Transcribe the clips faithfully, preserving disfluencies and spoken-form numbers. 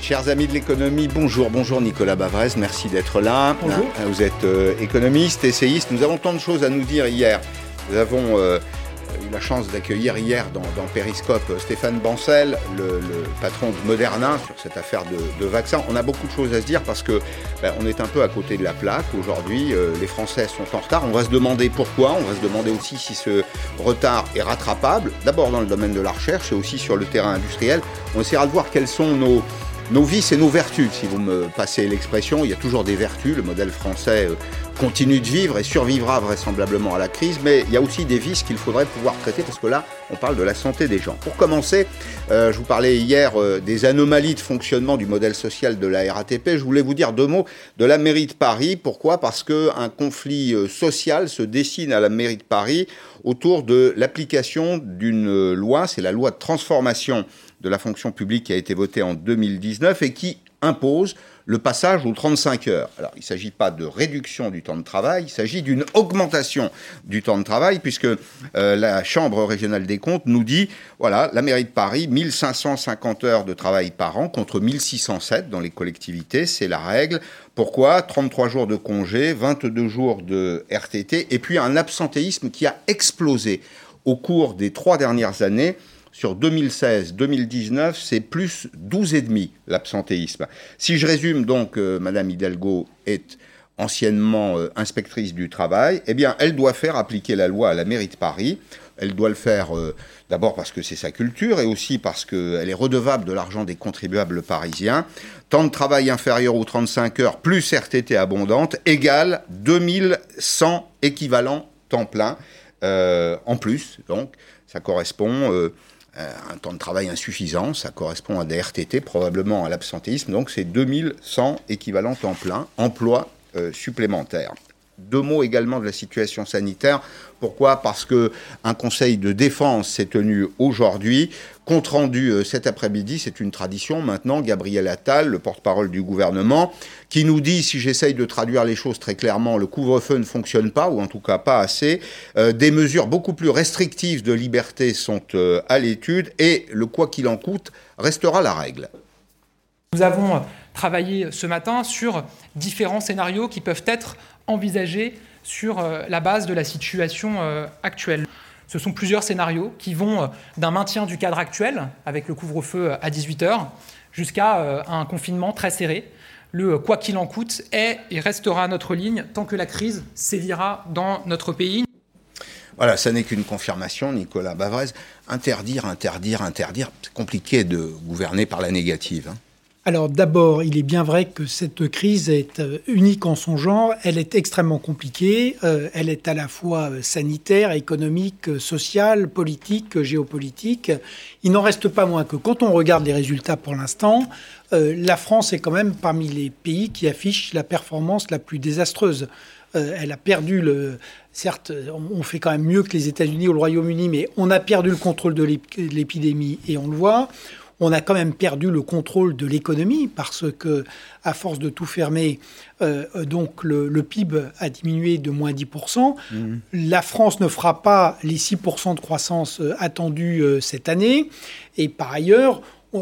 Chers amis de l'économie, bonjour, bonjour Nicolas Bavrez, merci d'être là. Bonjour. Vous êtes euh, économiste, essayiste, nous avons tant de choses à nous dire hier. Nous avons euh, eu la chance d'accueillir hier dans, dans Périscope Stéphane Bancel, le, le patron de Moderna, sur cette affaire de, de vaccin. On a beaucoup de choses à se dire parce que ben, on est un peu à côté de la plaque. Aujourd'hui, euh, les Français sont en retard. On va se demander pourquoi. On va se demander aussi si ce retard est rattrapable. D'abord dans le domaine de la recherche et aussi sur le terrain industriel. On essaiera de voir quels sont nos... Nos vices et nos vertus, si vous me passez l'expression. Il y a toujours des vertus. Le modèle français continue de vivre et survivra vraisemblablement à la crise. Mais il y a aussi des vices qu'il faudrait pouvoir traiter parce que là, on parle de la santé des gens. Pour commencer, euh, je vous parlais hier euh, des anomalies de fonctionnement du modèle social de la R A T P. Je voulais vous dire deux mots de la mairie de Paris. Pourquoi ? Parce qu'un conflit euh, social se dessine à la mairie de Paris autour de l'application d'une loi. C'est la loi de transformation de la fonction publique qui a été votée en deux mille dix-neuf et qui impose le passage aux trente-cinq heures. Alors, il ne s'agit pas de réduction du temps de travail, il s'agit d'une augmentation du temps de travail, puisque euh, la Chambre régionale des comptes nous dit, voilà, la mairie de Paris, mille cinq cent cinquante heures de travail par an, contre mille six cent sept dans les collectivités, c'est la règle. Pourquoi ? trente-trois jours de congé, vingt-deux jours de R T T, et puis un absentéisme qui a explosé au cours des trois dernières années. Sur deux mille seize deux mille dix-neuf, c'est plus douze virgule cinq l'absentéisme. Si je résume donc, euh, Madame Hidalgo est anciennement euh, inspectrice du travail, eh bien, elle doit faire appliquer la loi à la mairie de Paris. Elle doit le faire euh, d'abord parce que c'est sa culture et aussi parce qu'elle est redevable de l'argent des contribuables parisiens. Temps de travail inférieur aux trente-cinq heures plus R T T abondante égale deux mille cent équivalents temps plein euh, en plus. Donc, ça correspond... Euh, un temps de travail insuffisant, ça correspond à des R T T, probablement à l'absentéisme, donc c'est deux mille cent équivalents temps plein, emploi euh, supplémentaires. Deux mots également de la situation sanitaire. Pourquoi ? Parce qu'un conseil de défense s'est tenu aujourd'hui, compte rendu euh, cet après-midi, c'est une tradition maintenant, Gabriel Attal, le porte-parole du gouvernement, qui nous dit, si j'essaye de traduire les choses très clairement, le couvre-feu ne fonctionne pas, ou en tout cas pas assez, euh, des mesures beaucoup plus restrictives de liberté sont euh, à l'étude, et le quoi qu'il en coûte restera la règle. Nous avons travaillé ce matin sur différents scénarios qui peuvent être envisagés sur la base de la situation actuelle. Ce sont plusieurs scénarios qui vont d'un maintien du cadre actuel, avec le couvre-feu à dix-huit heures, jusqu'à un confinement très serré. Le quoi qu'il en coûte est et restera notre ligne tant que la crise sévira dans notre pays. Voilà, ça n'est qu'une confirmation, Nicolas Bavrez. Interdire, interdire, interdire, c'est compliqué de gouverner par la négative, hein. Alors d'abord, il est bien vrai que cette crise est unique en son genre, elle est extrêmement compliquée, euh, elle est à la fois sanitaire, économique, sociale, politique, géopolitique. Il n'en reste pas moins que quand on regarde les résultats pour l'instant, euh, la France est quand même parmi les pays qui affichent la performance la plus désastreuse. Euh, elle a perdu le... Certes, on fait quand même mieux que les États-Unis ou le Royaume-Uni, mais on a perdu le contrôle de l'épidémie et on le voit. On a quand même perdu le contrôle de l'économie parce que, à force de tout fermer, euh, donc le, le P I B a diminué de moins dix pour cent. Mmh. La France ne fera pas les six pour cent de croissance attendue euh, cette année. Et par ailleurs,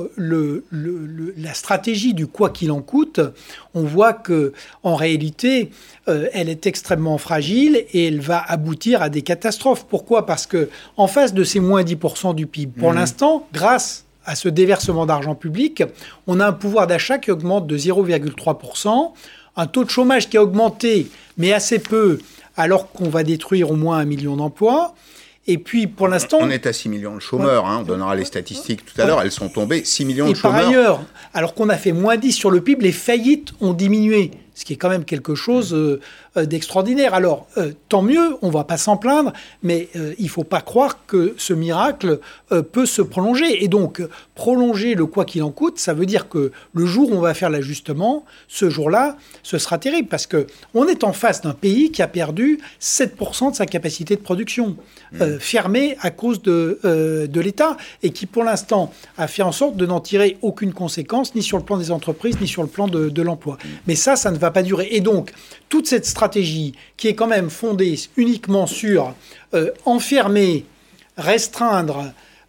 le, le, le, la stratégie du quoi qu'il en coûte, on voit que en réalité, euh, elle est extrêmement fragile et elle va aboutir à des catastrophes. Pourquoi ? Parce que en face de ces moins dix pour cent du P I B, pour mmh. l'instant, grâce à ce déversement d'argent public, on a un pouvoir d'achat qui augmente de zéro virgule trois pour cent, un taux de chômage qui a augmenté, mais assez peu, alors qu'on va détruire au moins un million d'emplois. Et puis, pour l'instant... On est à six millions de chômeurs, hein, on donnera les statistiques tout à l'heure, elles sont tombées, six millions et de chômeurs. Et par ailleurs, alors qu'on a fait moins dix sur le P I B, les faillites ont diminué, ce qui est quand même quelque chose euh, d'extraordinaire. Alors, euh, tant mieux, on ne va pas s'en plaindre, mais euh, il ne faut pas croire que ce miracle euh, peut se prolonger. Et donc, prolonger le quoi qu'il en coûte, ça veut dire que le jour où on va faire l'ajustement, ce jour-là, ce sera terrible, parce qu'on est en face d'un pays qui a perdu sept pour cent de sa capacité de production, mmh. euh, fermé à cause de, euh, de l'État, et qui, pour l'instant, a fait en sorte de n'en tirer aucune conséquence, ni sur le plan des entreprises, ni sur le plan de, de l'emploi. Mmh. Mais ça, ça ne va pas durer. Et donc, toute cette stratégie qui est quand même fondée uniquement sur euh, enfermer, restreindre,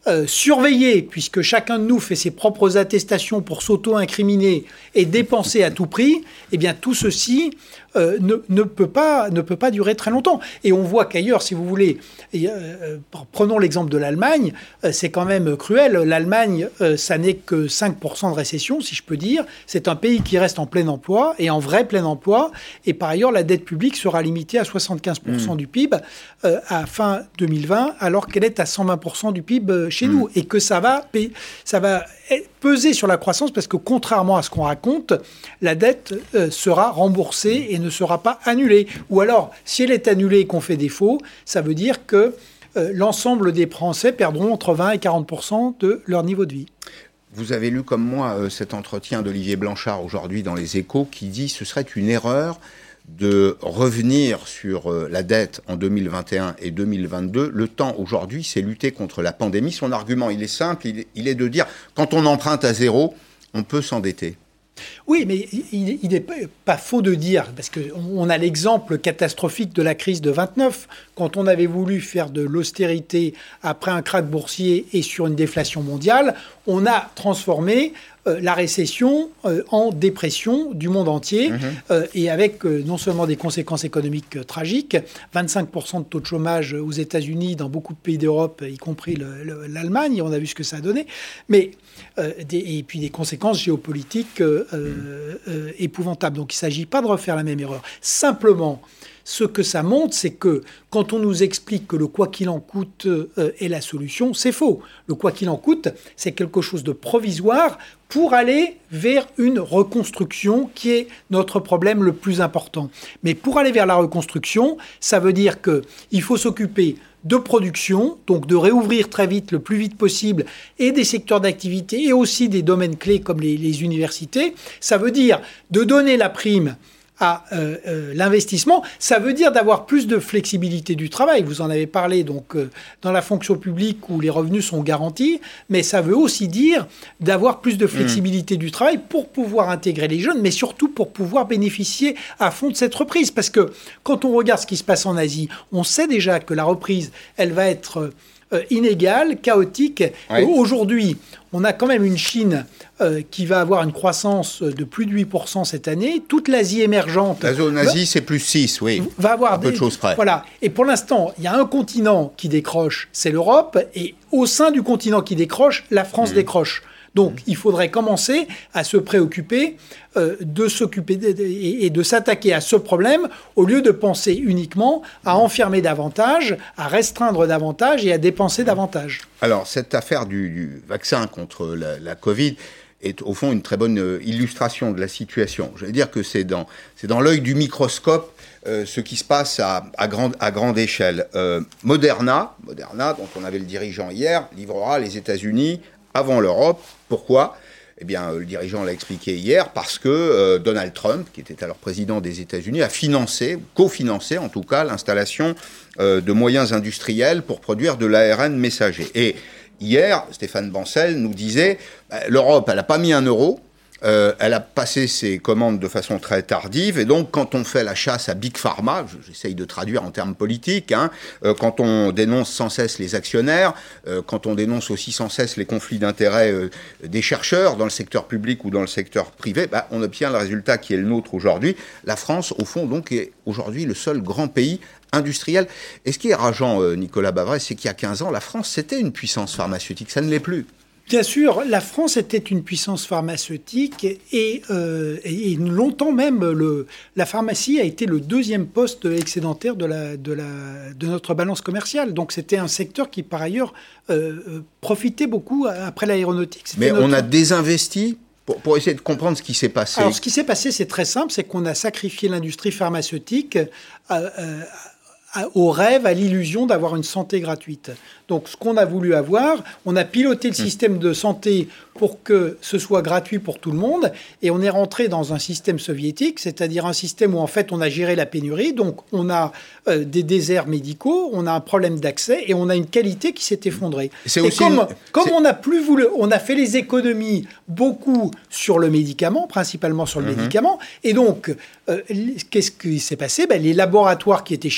euh, surveiller, puisque chacun de nous fait ses propres attestations pour s'auto-incriminer et dépenser à tout prix, eh bien tout ceci euh, ne, ne, peut pas, ne peut pas durer très longtemps. Et on voit qu'ailleurs, si vous voulez, et, euh, prenons l'exemple de l'Allemagne, euh, c'est quand même cruel. L'Allemagne, euh, ça n'est que cinq pour cent de récession, si je peux dire. C'est un pays qui reste en plein emploi, et en vrai plein emploi. Et par ailleurs, la dette publique sera limitée à soixante-quinze pour cent mmh. du P I B euh, à fin deux mille vingt, alors qu'elle est à cent vingt pour cent du P I B chez mmh. nous. Et que ça va, ça va peser sur la croissance, parce que contrairement à ce qu'on raconte, la dette euh, sera remboursée et ne sera pas annulée. Ou alors, si elle est annulée et qu'on fait défaut, ça veut dire que euh, l'ensemble des Français perdront entre vingt et quarante pour cent de leur niveau de vie. Vous avez lu comme moi euh, cet entretien d'Olivier Blanchard aujourd'hui dans Les Échos qui dit « ce serait une erreur de revenir sur euh, la dette en deux mille vingt et un et deux mille vingt-deux. Le temps aujourd'hui, c'est lutter contre la pandémie. » Son argument, il est simple, il, il est de dire quand on emprunte à zéro, on peut s'endetter. Oui, mais il n'est pas, pas faux de dire, parce qu'on a l'exemple catastrophique de la crise de vingt-neuf, quand on avait voulu faire de l'austérité après un krach boursier et sur une déflation mondiale, on a transformé euh, la récession euh, en dépression du monde entier, mmh. euh, et avec euh, non seulement des conséquences économiques euh, tragiques, vingt-cinq pour cent de taux de chômage aux États-Unis, dans beaucoup de pays d'Europe, y compris le, le, l'Allemagne, on a vu ce que ça a donné, mais, euh, des, et puis des conséquences géopolitiques euh, Euh, euh, épouvantable. Donc il ne s'agit pas de refaire la même erreur. Simplement, ce que ça montre, c'est que quand on nous explique que le quoi qu'il en coûte euh, est la solution, c'est faux. Le quoi qu'il en coûte, c'est quelque chose de provisoire pour aller vers une reconstruction qui est notre problème le plus important. Mais pour aller vers la reconstruction, ça veut dire qu'il faut s'occuper de production, donc de réouvrir très vite, le plus vite possible, et des secteurs d'activité, et aussi des domaines clés comme les, les universités. Ça veut dire de donner la prime à euh, euh, l'investissement, ça veut dire d'avoir plus de flexibilité du travail. Vous en avez parlé donc euh, dans la fonction publique où les revenus sont garantis, mais ça veut aussi dire d'avoir plus de flexibilité mmh. du travail pour pouvoir intégrer les jeunes, mais surtout pour pouvoir bénéficier à fond de cette reprise. Parce que quand on regarde ce qui se passe en Asie, on sait déjà que la reprise, elle va être euh, inégale, chaotique. Oui. Aujourd'hui, on a quand même une Chine euh, qui va avoir une croissance de plus de huit pour cent cette année. Toute l'Asie émergente... La zone Asie, va, c'est plus six, oui. Va avoir un des, peu de choses près. Voilà. Et pour l'instant, il y a un continent qui décroche, c'est l'Europe. Et au sein du continent qui décroche, la France mmh. décroche. Donc, il faudrait commencer à se préoccuper euh, de s'occuper de, de, et, et de s'attaquer à ce problème au lieu de penser uniquement à enfermer davantage, à restreindre davantage et à dépenser davantage. Alors, cette affaire du, du vaccin contre la, la Covid est au fond une très bonne illustration de la situation. Je veux dire que c'est dans, c'est dans l'œil du microscope euh, ce qui se passe à, à, grande, à grande échelle. Euh, Moderna, Moderna, dont on avait le dirigeant hier, livrera les États-Unis avant l'Europe. Pourquoi ? Eh bien, le dirigeant l'a expliqué hier, parce que euh, Donald Trump, qui était alors président des États-Unis, a financé, cofinancé en tout cas, l'installation euh, de moyens industriels pour produire de l'A R N messager. Et hier, Stéphane Bancel nous disait, bah, l'Europe, elle n'a pas mis un euro, euh, elle a passé ses commandes de façon très tardive, et donc quand on fait la chasse à Big Pharma, j'essaye de traduire en termes politiques, hein, euh, quand on dénonce sans cesse les actionnaires, euh, quand on dénonce aussi sans cesse les conflits d'intérêts euh, des chercheurs dans le secteur public ou dans le secteur privé, bah, on obtient le résultat qui est le nôtre aujourd'hui. La France, au fond, donc, est aujourd'hui le seul grand pays industriel. Et ce qui est rageant, euh, Nicolas Bavret, c'est qu'il y a quinze ans, la France, c'était une puissance pharmaceutique, ça ne l'est plus. Bien sûr, la France était une puissance pharmaceutique et, euh, et longtemps même, le, la pharmacie a été le deuxième poste excédentaire de, la, de, la, de notre balance commerciale. Donc c'était un secteur qui, par ailleurs, euh, profitait beaucoup après l'aéronautique. C'était Mais notre... on a désinvesti pour, pour essayer de comprendre ce qui s'est passé. Alors ce qui s'est passé, c'est très simple, c'est qu'on a sacrifié l'industrie pharmaceutique à, à, au rêve, à l'illusion d'avoir une santé gratuite. Donc, ce qu'on a voulu avoir, on a piloté le système de santé pour que ce soit gratuit pour tout le monde, et on est rentré dans un système soviétique, c'est-à-dire un système où, en fait, on a géré la pénurie, donc on a euh, des déserts médicaux, on a un problème d'accès, et on a une qualité qui s'est effondrée. C'est et aussi comme, une... comme on a plus voulu, on a fait les économies beaucoup sur le médicament, principalement sur le mm-hmm. médicament, et donc, euh, qu'est-ce qui s'est passé ? Ben, les laboratoires qui étaient chez nous, qui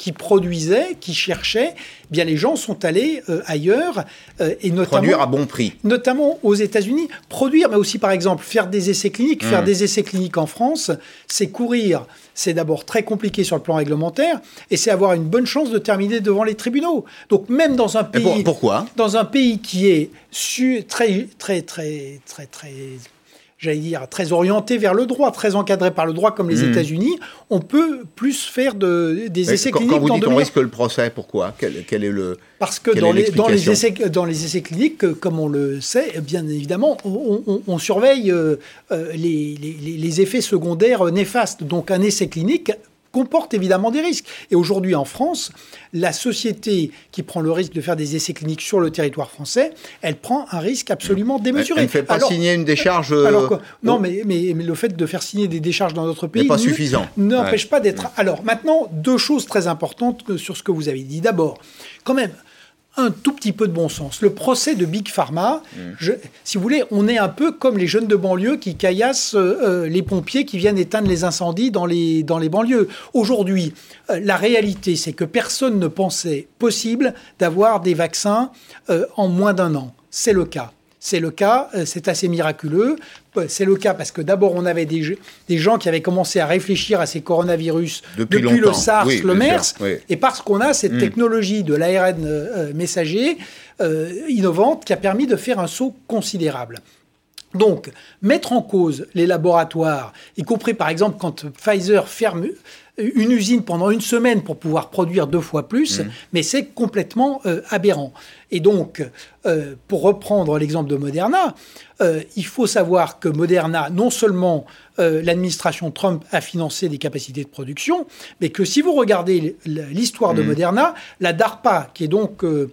qui produisaient, qui cherchaient, eh bien les gens sont allés euh, ailleurs euh, et notamment produire à bon prix, notamment aux États-Unis. Produire, mais aussi par exemple faire des essais cliniques. Mmh. Faire des essais cliniques en France, c'est courir. C'est d'abord très compliqué sur le plan réglementaire et c'est avoir une bonne chance de terminer devant les tribunaux. Donc même dans un pays, pour, pourquoi dans un pays qui est su, très, très, très, très, très, j'allais dire très orienté vers le droit, très encadré par le droit comme les mmh. États-Unis, on peut plus faire de, des mais essais quand, cliniques. Quand vous dans dites on risque le procès, pourquoi quel, quel est le Parce que dans les, dans, les essais, dans les essais cliniques, comme on le sait, bien évidemment, on, on, on surveille euh, les, les, les effets secondaires néfastes. Donc un essai clinique comporte évidemment des risques. Et aujourd'hui, en France, la société qui prend le risque de faire des essais cliniques sur le territoire français, elle prend un risque absolument démesuré. Elle ne fait pas alors, signer une décharge... Alors quoi, non, oh. mais, mais, mais le fait de faire signer des décharges dans notre pays... n'est pas suffisant. N'empêche ouais. pas d'être... Alors, maintenant, deux choses très importantes sur ce que vous avez dit. D'abord, quand même... un tout petit peu de bon sens. Le procès de Big Pharma, mmh. je, si vous voulez, on est un peu comme les jeunes de banlieue qui caillassent euh, les pompiers qui viennent éteindre les incendies dans les, dans les banlieues. Aujourd'hui, euh, la réalité, c'est que personne ne pensait possible d'avoir des vaccins euh, en moins d'un an. C'est le cas. C'est le cas, c'est assez miraculeux. C'est le cas parce que d'abord, on avait des, des gens qui avaient commencé à réfléchir à ces coronavirus depuis, depuis le SARS, oui, le MERS, oui. Et parce qu'on a cette mmh. technologie de l'A R N euh, messager euh, innovante qui a permis de faire un saut considérable. Donc, mettre en cause les laboratoires, y compris par exemple quand Pfizer ferme une usine pendant une semaine pour pouvoir produire deux fois plus, mmh. mais c'est complètement euh, aberrant. Et donc, euh, pour reprendre l'exemple de Moderna, euh, il faut savoir que Moderna, non seulement euh, l'administration Trump a financé des capacités de production, mais que si vous regardez l'histoire de mmh. Moderna, la DARPA, qui est donc euh,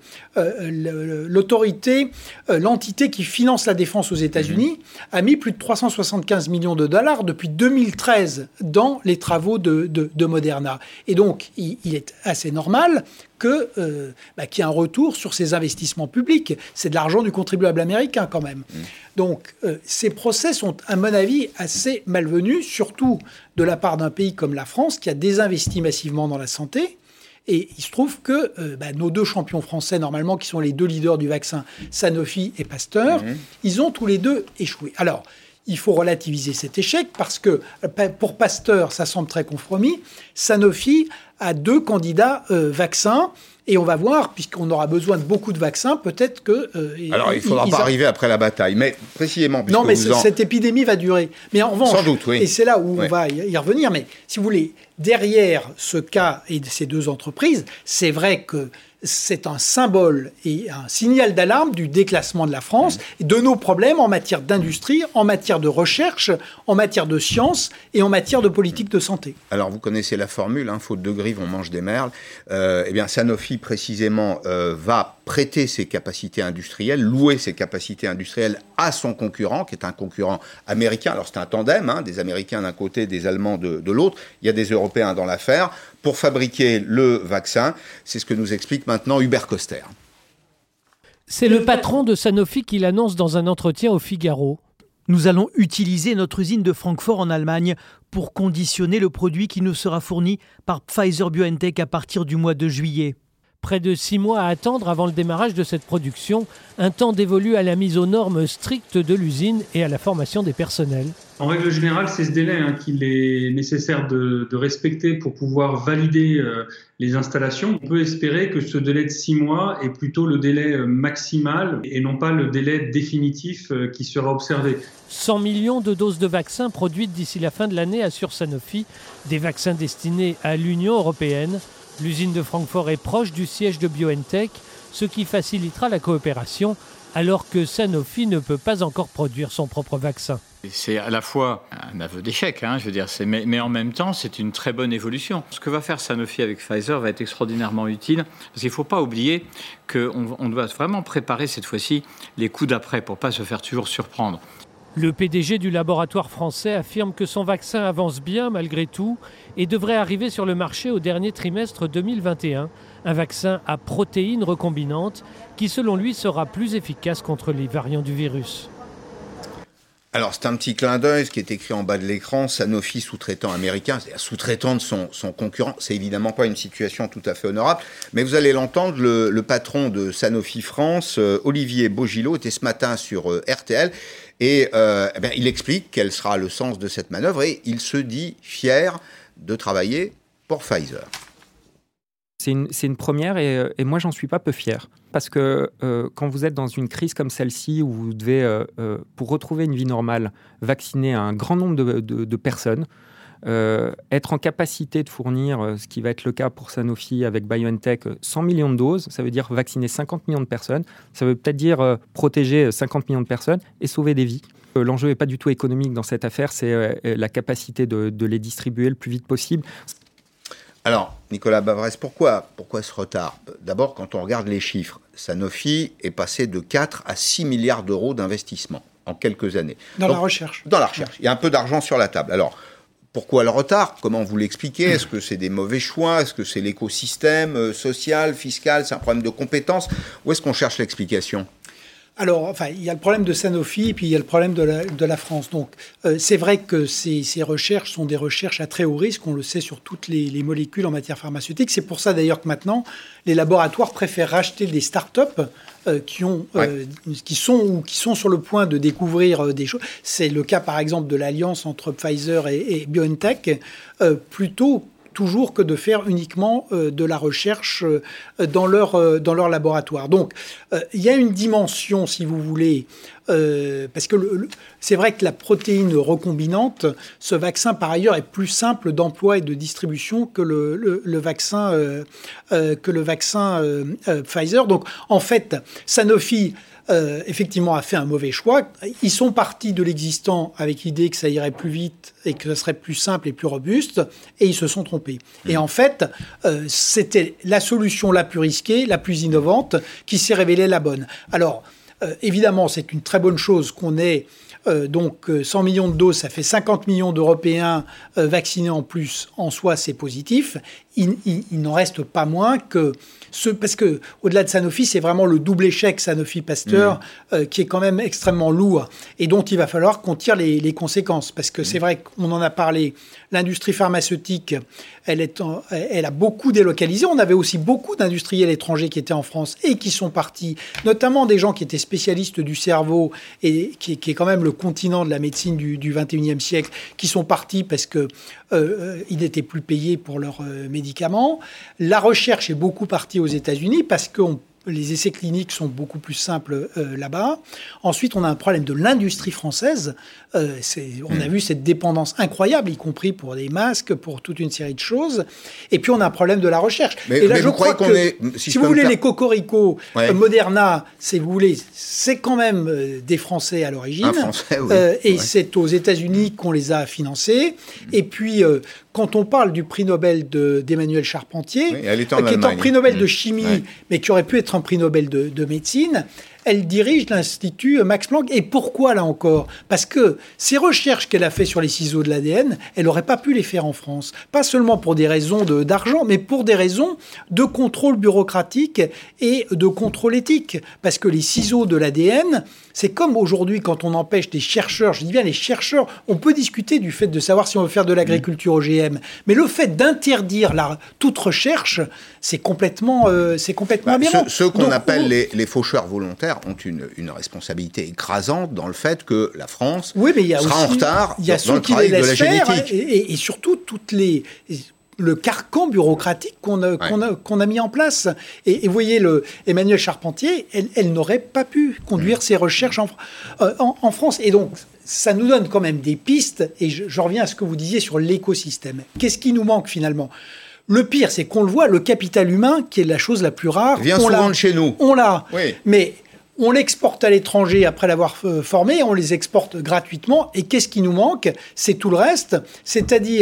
euh, l'autorité, euh, l'entité qui finance la défense aux États-Unis, mmh. a mis plus de trois cent soixante-quinze millions de dollars depuis deux mille treize dans les travaux de, de, de Moderna. Et donc, il, il est assez normal que, euh, bah, qu'il y ait un retour sur ces investissements publics. C'est de l'argent du contribuable américain quand même. Mmh. Donc euh, ces procès sont, à mon avis, assez malvenus, surtout de la part d'un pays comme la France qui a désinvesti massivement dans la santé. Et il se trouve que euh, bah, nos deux champions français, normalement, qui sont les deux leaders du vaccin, Sanofi et Pasteur, mmh. ils ont tous les deux échoué. Alors, il faut relativiser cet échec parce que pour Pasteur, ça semble très compromis. Sanofi a deux candidats euh, vaccins et on va voir, puisqu'on aura besoin de beaucoup de vaccins, peut-être que... Euh, Alors, il ne faudra pas a... arriver après la bataille, mais précisément... Non, mais vous en... cette épidémie va durer. Mais en revanche, sans doute, oui. Et c'est là où oui. on va y revenir, mais si vous voulez, derrière ce cas et ces deux entreprises, c'est vrai que c'est un symbole et un signal d'alarme du déclassement de la France, mmh. et de nos problèmes en matière d'industrie, en matière de recherche, en matière de science et en matière de politique de santé. Alors, vous connaissez la formule, hein, faute de grives, on mange des merles. Euh, eh bien, Sanofi, précisément, euh, va prêter ses capacités industrielles, louer ses capacités industrielles à son concurrent, qui est un concurrent américain. Alors, c'est un tandem, hein, des Américains d'un côté, des Allemands de, de l'autre. Il y a des Européens dans l'affaire pour fabriquer le vaccin. C'est ce que nous explique maintenant Hubert Koester. C'est le patron de Sanofi qui l'annonce dans un entretien au Figaro. Nous allons utiliser notre usine de Francfort en Allemagne pour conditionner le produit qui nous sera fourni par Pfizer-BioNTech à partir du mois de juillet. Près de six mois à attendre avant le démarrage de cette production, un temps dévolu à la mise aux normes strictes de l'usine et à la formation des personnels. En règle générale, c'est ce délai hein, qu'il est nécessaire de, de respecter pour pouvoir valider euh, les installations. On peut espérer que ce délai de six mois est plutôt le délai maximal et non pas le délai définitif euh, qui sera observé. cent millions de doses de vaccins produites d'ici la fin de l'année, assure Sanofi, des vaccins destinés à l'Union européenne. L'usine de Francfort est proche du siège de BioNTech, ce qui facilitera la coopération, alors que Sanofi ne peut pas encore produire son propre vaccin. C'est à la fois un aveu d'échec, hein, je veux dire, c'est, mais, mais en même temps, c'est une très bonne évolution. Ce que va faire Sanofi avec Pfizer va être extraordinairement utile, parce qu'il ne faut pas oublier qu'on on doit vraiment préparer cette fois-ci les coups d'après pour ne pas se faire toujours surprendre. Le P D G du laboratoire français affirme que son vaccin avance bien malgré tout et devrait arriver sur le marché au dernier trimestre deux mille vingt et un. Un vaccin à protéines recombinantes qui, selon lui, sera plus efficace contre les variants du virus. Alors, c'est un petit clin d'œil, ce qui est écrit en bas de l'écran, Sanofi sous-traitant américain, c'est-à-dire sous-traitant de son, son concurrent. C'est évidemment pas une situation tout à fait honorable, mais vous allez l'entendre, le, le patron de Sanofi France, euh, Olivier Beaugillot, était ce matin sur euh, R T L, et euh, eh bien, il explique quel sera le sens de cette manœuvre, et il se dit fier de travailler pour Pfizer. C'est une, c'est une première et, et moi, j'en suis pas peu fier. Parce que euh, quand vous êtes dans une crise comme celle-ci, où vous devez, euh, euh, pour retrouver une vie normale, vacciner un grand nombre de, de, de personnes, euh, être en capacité de fournir, euh, ce qui va être le cas pour Sanofi avec BioNTech, cent millions de doses, ça veut dire vacciner cinquante millions de personnes, ça veut peut-être dire euh, protéger cinquante millions de personnes et sauver des vies. Euh, l'enjeu n'est pas du tout économique dans cette affaire, c'est euh, la capacité de, de les distribuer le plus vite possible. Alors, Nicolas Bavrez, pourquoi, pourquoi ce retard ? D'abord, quand on regarde les chiffres, Sanofi est passé de quatre à six milliards d'euros d'investissement en quelques années. Dans Donc, la recherche. Dans la recherche. Il y a un peu d'argent sur la table. Alors, pourquoi le retard ? Comment vous l'expliquez ? Est-ce que c'est des mauvais choix ? Est-ce que c'est l'écosystème euh, social, fiscal ? C'est un problème de compétences ? Où est-ce qu'on cherche l'explication ? Alors, enfin, il y a le problème de Sanofi et puis il y a le problème de la, de la France. Donc, euh, c'est vrai que ces, ces recherches sont des recherches à très haut risque. On le sait sur toutes les, les molécules en matière pharmaceutique. C'est pour ça d'ailleurs que maintenant, les laboratoires préfèrent racheter des start-up euh, qui, ont, euh, ouais. qui, sont, ou qui sont sur le point de découvrir euh, des choses. C'est le cas, par exemple, de l'alliance entre Pfizer et, et BioNTech, euh, plutôt toujours que de faire uniquement euh, de la recherche euh, dans, leur, euh, dans leur laboratoire. Donc, euh, il y a une dimension, si vous voulez, euh, parce que le, le, c'est vrai que la protéine recombinante, ce vaccin, par ailleurs, est plus simple d'emploi et de distribution que le, le, le vaccin, euh, euh, que le vaccin euh, euh, Pfizer. Donc, en fait, Sanofi... Euh, effectivement, a fait un mauvais choix. Ils sont partis de l'existant avec l'idée que ça irait plus vite et que ça serait plus simple et plus robuste, et ils se sont trompés. Mmh. Et en fait, euh, c'était la solution la plus risquée, la plus innovante, qui s'est révélée la bonne. Alors, euh, évidemment, c'est une très bonne chose qu'on ait euh, donc cent millions de doses, ça fait cinquante millions d'Européens euh, vaccinés en plus. En soi, c'est positif. Il, il, il n'en reste pas moins que ce, parce que au-delà de Sanofi, c'est vraiment le double échec Sanofi-Pasteur mmh. euh, qui est quand même extrêmement lourd et dont il va falloir qu'on tire les, les conséquences. Parce que mmh. c'est vrai qu'on en a parlé, l'industrie pharmaceutique, elle, est en, elle a beaucoup délocalisé. On avait aussi beaucoup d'industriels étrangers qui étaient en France et qui sont partis, notamment des gens qui étaient spécialistes du cerveau et qui, qui est quand même le continent de la médecine du, du vingt et unième siècle, qui sont partis parce que euh, ils n'étaient plus payés pour leurs euh, médicaments. La recherche est beaucoup partie aux États-Unis parce que on, les essais cliniques sont beaucoup plus simples euh, là-bas. Ensuite, on a un problème de l'industrie française. Euh, c'est, on mmh. a vu cette dépendance incroyable, y compris pour des masques, pour toute une série de choses. Et puis, on a un problème de la recherche. Mais, Et là, mais je vous crois croyez que, qu'on est... Si, si vous voulez, faire... les cocorico, ouais. euh, Moderna, si vous voulez, c'est quand même euh, des Français à l'origine. Un Français, oui. Euh, et ouais. c'est aux États-Unis qu'on les a financés. Mmh. Et puis... Euh, quand on parle du prix Nobel de, d'Emmanuel Charpentier, oui, elle est en qui Allemagne. est un prix Nobel mmh. de chimie, ouais. mais qui aurait pu être un prix Nobel de, de médecine, elle dirige l'Institut Max Planck. Et pourquoi, là encore ? Parce que ces recherches qu'elle a fait sur les ciseaux de l'A D N, elle n'aurait pas pu les faire en France. Pas seulement pour des raisons de, d'argent, mais pour des raisons de contrôle bureaucratique et de contrôle éthique. Parce que les ciseaux de l'A D N, c'est comme aujourd'hui quand on empêche des chercheurs, je dis bien les chercheurs, on peut discuter du fait de savoir si on veut faire de l'agriculture O G M, mais le fait d'interdire la, toute recherche, c'est complètement, euh, c'est complètement bah, aberrant. Ceux, ceux qu'on Donc, appelle on... les, les faucheurs volontaires ont une, une responsabilité écrasante dans le fait que la France oui, mais il y a sera aussi, en retard il y a dans le travail de la génétique. Et, et, et surtout, toutes les... le carcan bureaucratique qu'on a, ouais. qu'on a, qu'on a mis en place. Et, et vous voyez, le, Emmanuel Charpentier, elle, elle n'aurait pas pu conduire mmh. ses recherches en, euh, en, en France. Et donc, ça nous donne quand même des pistes. Et je, je reviens à ce que vous disiez sur l'écosystème. Qu'est-ce qui nous manque finalement ? Le pire, c'est qu'on le voit, le capital humain, qui est la chose la plus rare. Vient on souvent l'a, de chez nous. On l'a. Oui. Mais... on l'exporte à l'étranger après l'avoir formé, on les exporte gratuitement. Et qu'est-ce qui nous manque ? C'est tout le reste, c'est-à-dire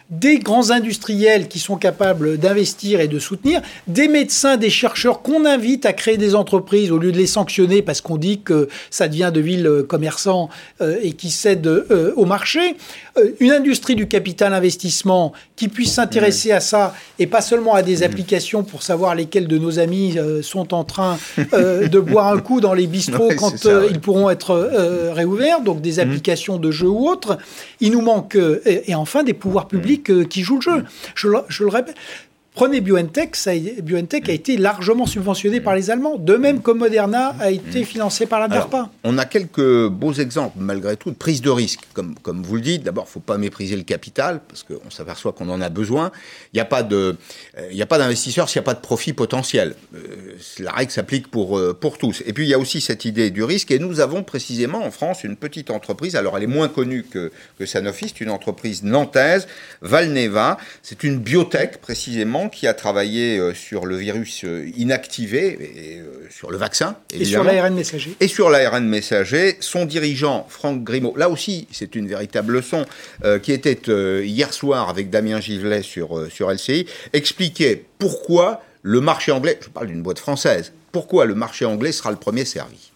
des grands industriels qui sont capables d'investir et de soutenir, des médecins, des chercheurs qu'on invite à créer des entreprises au lieu de les sanctionner parce qu'on dit que ça devient de villes commerçants euh, et qui cèdent euh, au marché. Euh, une industrie du capital investissement qui puisse s'intéresser mmh. à ça et pas seulement à des mmh. applications pour savoir lesquelles de nos amis euh, sont en train euh, de boire un coup dans les bistrots ouais, quand ça, euh, ouais. ils pourront être euh, réouverts, donc des applications mmh. de jeux ou autres. Il nous manque, euh, et, et enfin, des pouvoirs publics euh, qui jouent le jeu. Mmh. Je, je le répète. Prenez BioNTech, ça a, BioNTech a été largement subventionné par les Allemands, de même que Moderna a été financé par la DARPA. Alors, on a quelques beaux exemples, malgré tout, de prise de risque. Comme, comme vous le dites, d'abord, il ne faut pas mépriser le capital, parce qu'on s'aperçoit qu'on en a besoin. Il n'y a pas de, il n'y a pas d'investisseurs s'il n'y a pas de profit potentiel. Euh, la règle s'applique pour, pour tous. Et puis, il y a aussi cette idée du risque, et nous avons précisément en France une petite entreprise, alors elle est moins connue que, que Sanofi, c'est une entreprise nantaise, Valneva, c'est une biotech, précisément, qui a travaillé euh, sur le virus euh, inactivé, et, euh, sur le vaccin, et sur l'A R N messager. Et sur l'A R N messager. Son dirigeant, Franck Grimaud, là aussi, c'est une véritable leçon, euh, qui était euh, hier soir avec Damien Givlet sur, euh, sur L C I, expliquait pourquoi le marché anglais, je parle d'une boîte française, pourquoi le marché anglais sera le premier servi.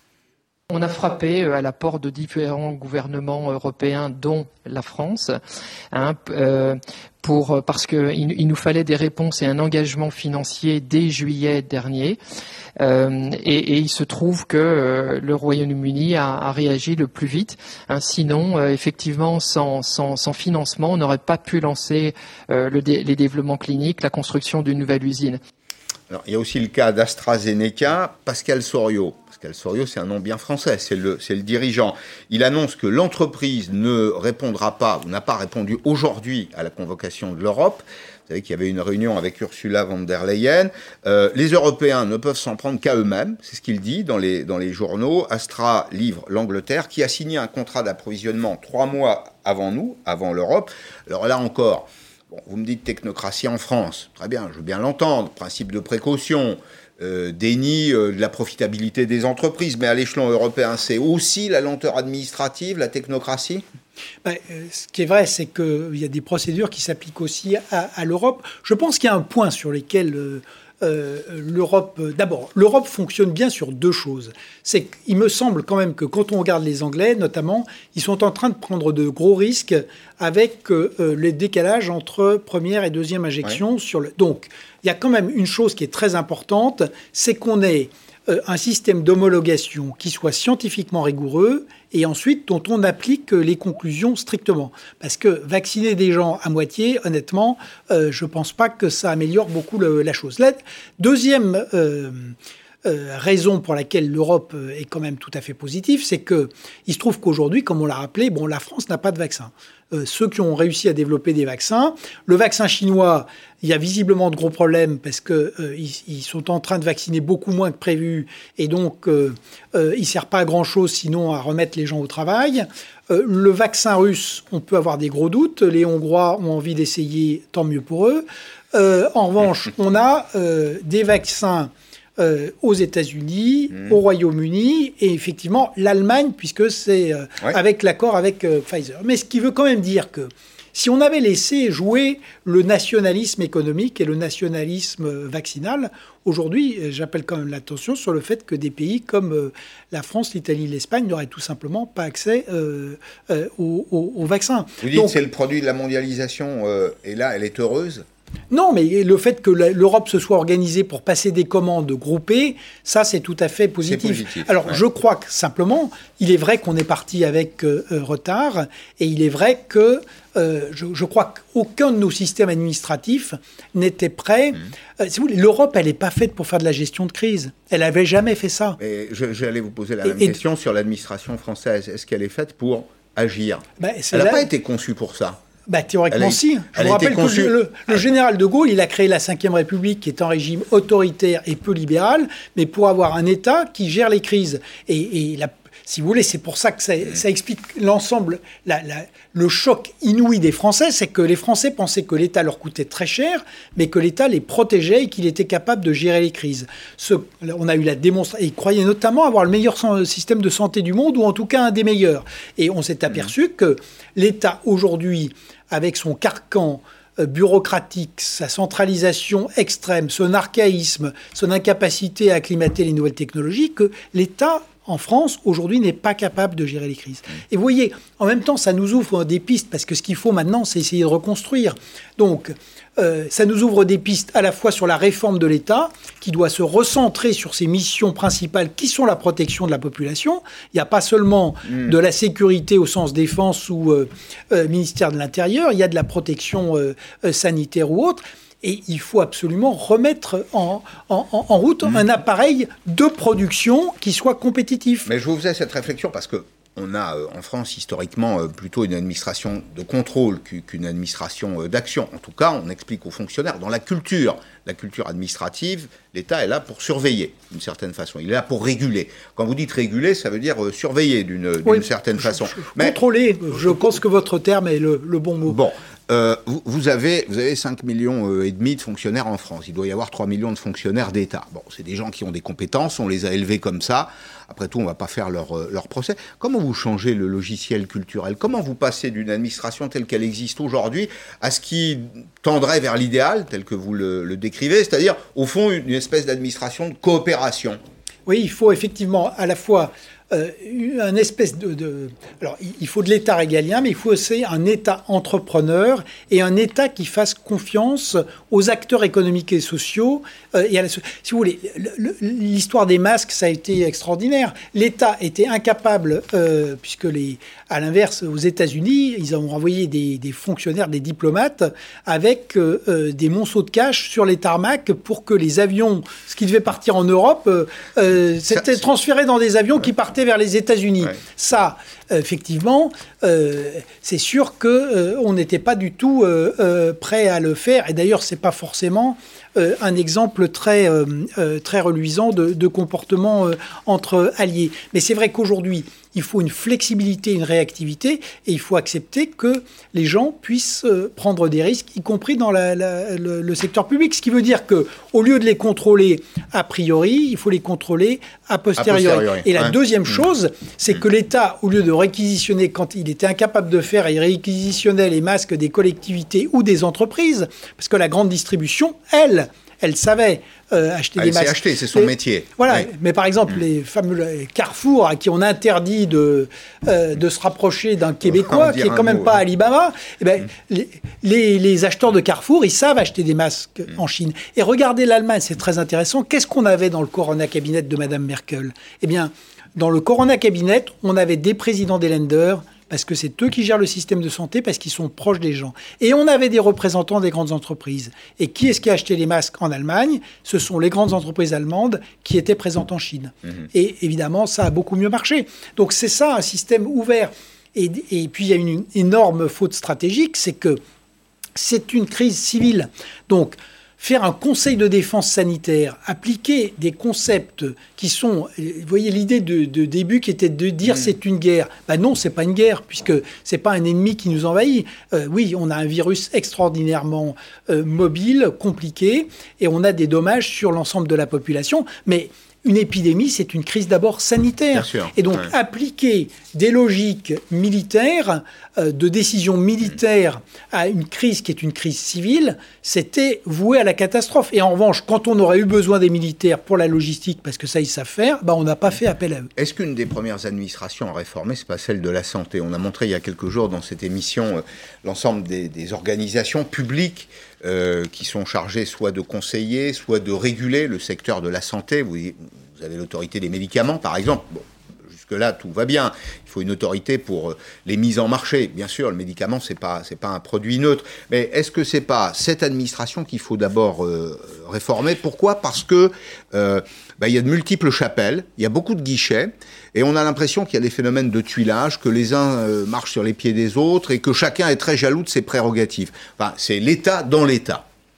On a frappé à la porte de différents gouvernements européens, dont la France, hein, euh, pour, parce qu'il il nous fallait des réponses et un engagement financier dès juillet dernier. Euh, et, et il se trouve que euh, le Royaume-Uni a, a réagi le plus vite. Hein, sinon, euh, effectivement, sans, sans, sans financement, on n'aurait pas pu lancer euh, le dé, les développements cliniques, la construction d'une nouvelle usine. Alors, il y a aussi le cas d'AstraZeneca, Pascal Soriot. Pascal Soriot, c'est un nom bien français, c'est le, c'est le dirigeant. Il annonce que l'entreprise ne répondra pas, ou n'a pas répondu aujourd'hui à la convocation de l'Europe. Vous savez qu'il y avait une réunion avec Ursula von der Leyen. Euh, les Européens ne peuvent s'en prendre qu'à eux-mêmes, c'est ce qu'il dit dans les, dans les journaux. Astra livre l'Angleterre, qui a signé un contrat d'approvisionnement trois mois avant nous, avant l'Europe. Alors là encore... Bon, vous me dites technocratie en France, très bien, je veux bien l'entendre, principe de précaution, euh, déni euh, de la profitabilité des entreprises, mais à l'échelon européen, c'est aussi la lenteur administrative, la technocratie ? Ben, ce qui est vrai, c'est qu'il y a des procédures qui s'appliquent aussi à, à l'Europe. Je pense qu'il y a un point sur lequel... Euh, Euh, l'Europe, euh, d'abord, l'Europe fonctionne bien sur deux choses. C'est qu'il me semble quand même que quand on regarde les Anglais, notamment, ils sont en train de prendre de gros risques avec euh, le décalage entre première et deuxième injection. Ouais. Sur le... Donc, il y a quand même une chose qui est très importante, c'est qu'on ait euh, un système d'homologation qui soit scientifiquement rigoureux et ensuite dont on applique les conclusions strictement. Parce que vacciner des gens à moitié, honnêtement, euh, je ne pense pas que ça améliore beaucoup le, la chose. La deuxième euh, euh, raison pour laquelle l'Europe est quand même tout à fait positive, c'est qu'il se trouve qu'aujourd'hui, comme on l'a rappelé, bon, la France n'a pas de vaccin. Euh, ceux qui ont réussi à développer des vaccins, le vaccin chinois, il y a visiblement de gros problèmes parce qu'ils euh, ils sont en train de vacciner beaucoup moins que prévu et donc euh, euh, il ne sert pas à grand-chose sinon à remettre les gens au travail. Euh, le vaccin russe, on peut avoir des gros doutes. Les Hongrois ont envie d'essayer, tant mieux pour eux. Euh, en revanche, on a euh, des vaccins Euh, aux États-Unis, mmh. au Royaume-Uni et effectivement l'Allemagne, puisque c'est euh, ouais. avec l'accord avec euh, Pfizer. Mais ce qui veut quand même dire que si on avait laissé jouer le nationalisme économique et le nationalisme vaccinal, aujourd'hui, j'appelle quand même l'attention sur le fait que des pays comme euh, la France, l'Italie, l'Espagne n'auraient tout simplement pas accès euh, euh, aux, aux, aux vaccins. Vous dites que c'est le produit de la mondialisation euh, et là, elle est heureuse ? Non, mais le fait que l'Europe se soit organisée pour passer des commandes groupées, ça, c'est tout à fait positif. positif Alors, ouais. je crois que, simplement, il est vrai qu'on est parti avec euh, retard, et il est vrai que euh, je, je crois qu'aucun de nos systèmes administratifs n'était prêt. Mmh. Euh, si vous voulez, l'Europe, elle n'est pas faite pour faire de la gestion de crise. Elle n'avait jamais fait ça. Et je, j'allais vous poser la et, même et question sur l'administration française. Est-ce qu'elle est faite pour agir ? bah, Elle n'a là... pas été conçue pour ça. Bah, théoriquement, a, si. Je vous rappelle que le, le général de Gaulle, il a créé la cinquième République, qui est un régime autoritaire et peu libéral, mais pour avoir un État qui gère les crises. Et, et la, si vous voulez, c'est pour ça que ça, ça explique l'ensemble, la, la, le choc inouï des Français, c'est que les Français pensaient que l'État leur coûtait très cher, mais que l'État les protégeait et qu'il était capable de gérer les crises. Ce, on a eu la démonstration, et ils croyaient notamment avoir le meilleur système de santé du monde, ou en tout cas un des meilleurs. Et on s'est aperçu que l'État, aujourd'hui, avec son carcan bureaucratique, sa centralisation extrême, son archaïsme, son incapacité à acclimater les nouvelles technologies, que l'État, en France, aujourd'hui, n'est pas capable de gérer les crises. Et vous voyez, en même temps, ça nous ouvre des pistes, parce que ce qu'il faut maintenant, c'est essayer de reconstruire. Donc, euh, ça nous ouvre des pistes à la fois sur la réforme de l'État, qui doit se recentrer sur ses missions principales, qui sont la protection de la population. Il n'y a pas seulement mmh. de la sécurité au sens défense ou euh, euh, ministère de l'Intérieur, il y a de la protection euh, euh, sanitaire ou autre. Et il faut absolument remettre en, en, en route mmh. un appareil de production qui soit compétitif. Mais je vous faisais cette réflexion parce que on a euh, en France historiquement euh, plutôt une administration de contrôle qu'une administration euh, d'action. En tout cas, on explique aux fonctionnaires, dans la culture, la culture administrative, l'État est là pour surveiller d'une certaine façon. Il est là pour réguler. Quand vous dites réguler, ça veut dire euh, surveiller d'une oui, certaine je, façon. Je, je, Mais, contrôler, je pense que votre terme est le, le bon mot. Bon. Euh, vous, vous, avez, vous avez cinq millions euh, et demi de fonctionnaires en France. Il doit y avoir trois millions de fonctionnaires d'État. Bon, c'est des gens qui ont des compétences, on les a élevés comme ça. Après tout, on ne va pas faire leur, euh, leur procès. Comment vous changez le logiciel culturel? Comment vous passez d'une administration telle qu'elle existe aujourd'hui à ce qui tendrait vers l'idéal, tel que vous le, le décrivez, c'est-à-dire, au fond, une, une espèce d'administration de coopération? Oui, il faut effectivement à la fois euh, un espèce de, de... Alors, il faut de l'État régalien, mais il faut aussi un État entrepreneur et un État qui fasse confiance aux acteurs économiques et sociaux. Euh, et à la... Si vous voulez, l'histoire des masques, ça a été extraordinaire. L'État était incapable, euh, puisque les... à l'inverse, aux États-Unis, ils ont envoyé des, des fonctionnaires, des diplomates, avec euh, des monceaux de cash sur les tarmacs pour que les avions, ce qui devait partir en Europe, euh, c'était transféré dans des avions qui partaient vers les États-Unis. Ouais. Ça, euh, effectivement, euh, c'est sûr qu'on euh, n'était pas du tout euh, euh, prêt à le faire. Et d'ailleurs, c'est pas forcément euh, un exemple très, euh, euh, très reluisant de, de comportement euh, entre alliés. Mais c'est vrai qu'aujourd'hui, il faut une flexibilité, une réactivité, et il faut accepter que les gens puissent euh, prendre des risques, y compris dans la, la, le, le secteur public. Ce qui veut dire qu'au lieu de les contrôler a priori, il faut les contrôler a posteriori. A posteriori. Et la ouais. deuxième chose, c'est mmh. que l'État, au lieu de réquisitionner, quand il était incapable de faire, il réquisitionnait les masques des collectivités ou des entreprises, parce que la grande distribution, elle, elle savait euh, acheter elle des masques. Elle sait acheter, c'est son mais, métier. Voilà, oui. mais par exemple, mmh. les fameux Carrefour, à qui on interdit de, euh, de se rapprocher d'un Québécois, qui est quand même mot, pas oui. Alibaba, eh ben, mmh. les, les, les acheteurs de Carrefour, ils savent acheter des masques mmh. en Chine. Et regardez l'Allemagne, c'est très intéressant. Qu'est-ce qu'on avait dans le Corona Cabinet de Madame Merkel? Eh bien, dans le Corona Cabinet, on avait des présidents des Länder, parce que c'est eux qui gèrent le système de santé, parce qu'ils sont proches des gens. Et on avait des représentants des grandes entreprises. Et qui est-ce qui a acheté les masques en Allemagne? Ce sont les grandes entreprises allemandes qui étaient présentes en Chine. Mmh. Et évidemment, ça a beaucoup mieux marché. Donc c'est ça, un système ouvert. Et, et puis il y a une énorme faute stratégique, c'est que c'est une crise civile. Donc, faire un conseil de défense sanitaire, appliquer des concepts qui sont... Vous voyez l'idée de, de début qui était de dire mmh. c'est une guerre. Ben non, c'est pas une guerre, puisque c'est pas un ennemi qui nous envahit. Euh, oui, on a un virus extraordinairement euh, mobile, compliqué, et on a des dommages sur l'ensemble de la population, mais... Une épidémie, c'est une crise d'abord sanitaire. Et donc, ouais. appliquer des logiques militaires, euh, de décisions militaires à une crise qui est une crise civile, c'était voué à la catastrophe. Et en revanche, quand on aurait eu besoin des militaires pour la logistique, parce que ça, ils savent faire, bah, on n'a pas fait appel à eux. Est-ce qu'une des premières administrations à réformer, c'est pas celle de la santé? On a montré il y a quelques jours dans cette émission euh, l'ensemble des, des organisations publiques Euh, qui sont chargés soit de conseiller, soit de réguler le secteur de la santé. Vous, vous avez l'autorité des médicaments, par exemple. Bon, jusque-là, tout va bien. Il faut une autorité pour les mises en marché. Bien sûr, le médicament, c'est pas, c'est pas un produit neutre. Mais est-ce que c'est pas cette administration qu'il faut d'abord euh, réformer? Pourquoi? Parce que euh, bah, y a de multiples chapelles, il y a beaucoup de guichets, et on a l'impression qu'il y a des phénomènes de tuilage, que les uns euh, marchent sur les pieds des autres, et que chacun est très jaloux de ses prérogatives. Enfin, c'est l'État dans l'État.